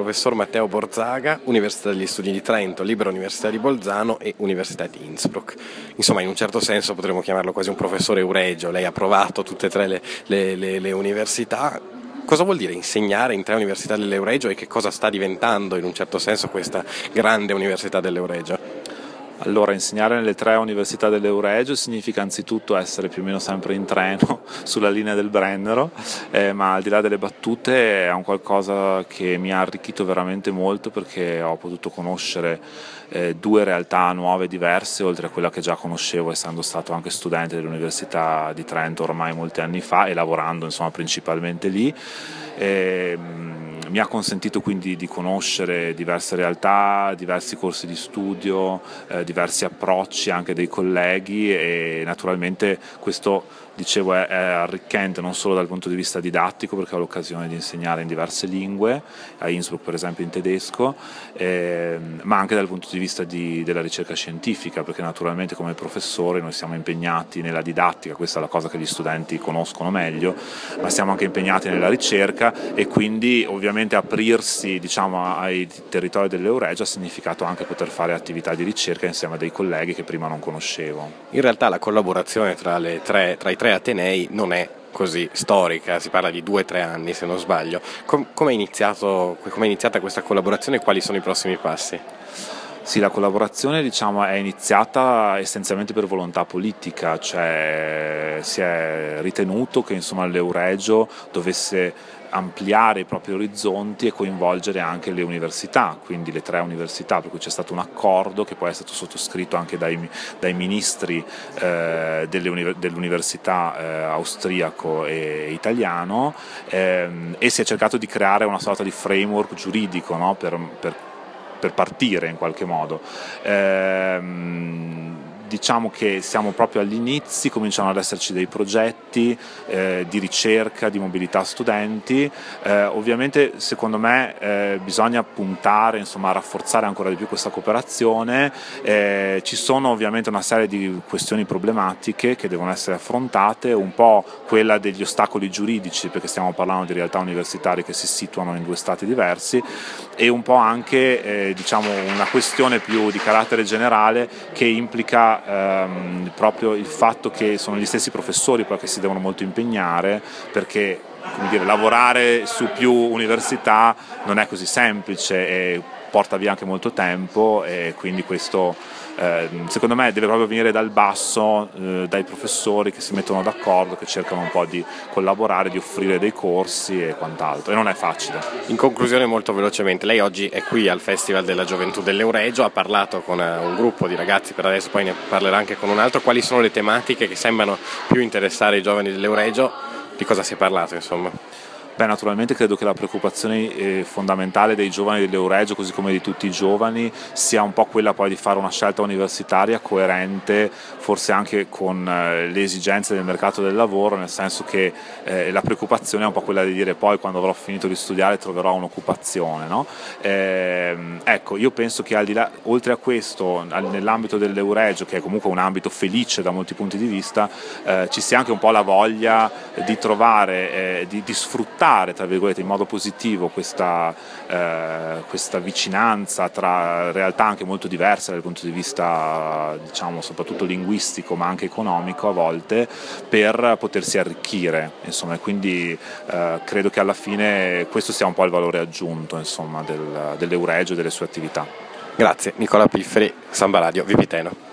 professor Matteo Borzaga, Università degli Studi di Trento, Libera Università di Bolzano e Università di Innsbruck. Insomma, in un certo senso potremmo chiamarlo quasi un professore euregio. Lei ha provato tutte e tre le università. Cosa vuol dire insegnare in 3 università dell'Euregio e che cosa sta diventando in un certo senso questa grande università dell'Euregio? Allora, insegnare nelle 3 università dell'Euregio significa anzitutto essere più o meno sempre in treno sulla linea del Brennero, ma al di là delle battute è un qualcosa che mi ha arricchito veramente molto, perché ho potuto conoscere 2 realtà nuove e diverse, oltre a quella che già conoscevo essendo stato anche studente dell'Università di Trento ormai molti anni fa e lavorando principalmente lì. Mi ha consentito quindi di conoscere diverse realtà, diversi corsi di studio, diversi approcci anche dei colleghi, e naturalmente questo, dicevo, è arricchente non solo dal punto di vista didattico, perché ho l'occasione di insegnare in diverse lingue, a Innsbruck per esempio in tedesco, ma anche dal punto di vista della ricerca scientifica, perché naturalmente come professori noi siamo impegnati nella didattica, questa è la cosa che gli studenti conoscono meglio, ma siamo anche impegnati nella ricerca, e quindi ovviamente aprirsi, diciamo, ai territori dell'Euregio ha significato anche poter fare attività di ricerca insieme a dei colleghi che prima non conoscevo. In realtà la collaborazione tra i 3 atenei non è così storica, si parla di 2 o 3 anni se non sbaglio. Come è iniziata questa collaborazione e quali sono i prossimi passi? Sì, la collaborazione, diciamo, è iniziata essenzialmente per volontà politica, cioè si è ritenuto che l'Euregio dovesse ampliare i propri orizzonti e coinvolgere anche le università, quindi le 3 università, per cui c'è stato un accordo che poi è stato sottoscritto anche dai ministri dell'università austriaco e italiano, e si è cercato di creare una sorta di framework giuridico, no? per partire in qualche modo. Diciamo che siamo proprio agli inizi, cominciano ad esserci dei progetti di ricerca, di mobilità studenti. Ovviamente secondo me bisogna puntare a rafforzare ancora di più questa cooperazione. Ci sono ovviamente una serie di questioni problematiche che devono essere affrontate, un po' quella degli ostacoli giuridici, perché stiamo parlando di realtà universitarie che si situano in 2 stati diversi, e un po' anche una questione più di carattere generale che implica proprio il fatto che sono gli stessi professori poi che si devono molto impegnare, perché lavorare su più università non è così semplice e porta via anche molto tempo, e quindi questo secondo me deve proprio venire dal basso, dai professori che si mettono d'accordo, che cercano un po' di collaborare, di offrire dei corsi e quant'altro, e non è facile. In conclusione, molto velocemente, lei oggi è qui al Festival della Gioventù dell'Euregio, ha parlato con un gruppo di ragazzi, per adesso poi ne parlerà anche con un altro. Quali sono le tematiche che sembrano più interessare i giovani dell'Euregio? Di cosa si è parlato, insomma? Beh, naturalmente credo che la preoccupazione fondamentale dei giovani dell'Euregio, così come di tutti i giovani, sia un po' quella poi di fare una scelta universitaria coerente, forse anche con le esigenze del mercato del lavoro, nel senso che la preoccupazione è un po' quella di dire: poi quando avrò finito di studiare troverò un'occupazione, no? Ecco, io penso che al di là, oltre a questo, nell'ambito dell'Euregio, che è comunque un ambito felice da molti punti di vista, ci sia anche un po' la voglia di trovare, di sfruttare, tra virgolette, in modo positivo questa vicinanza tra realtà anche molto diverse dal punto di vista, soprattutto linguistico, ma anche economico a volte, per potersi arricchire, e quindi credo che alla fine questo sia un po' il valore aggiunto, dell'Euregio e delle sue attività. Grazie. Nicola Pifferi, Samba Radio, Vipiteno.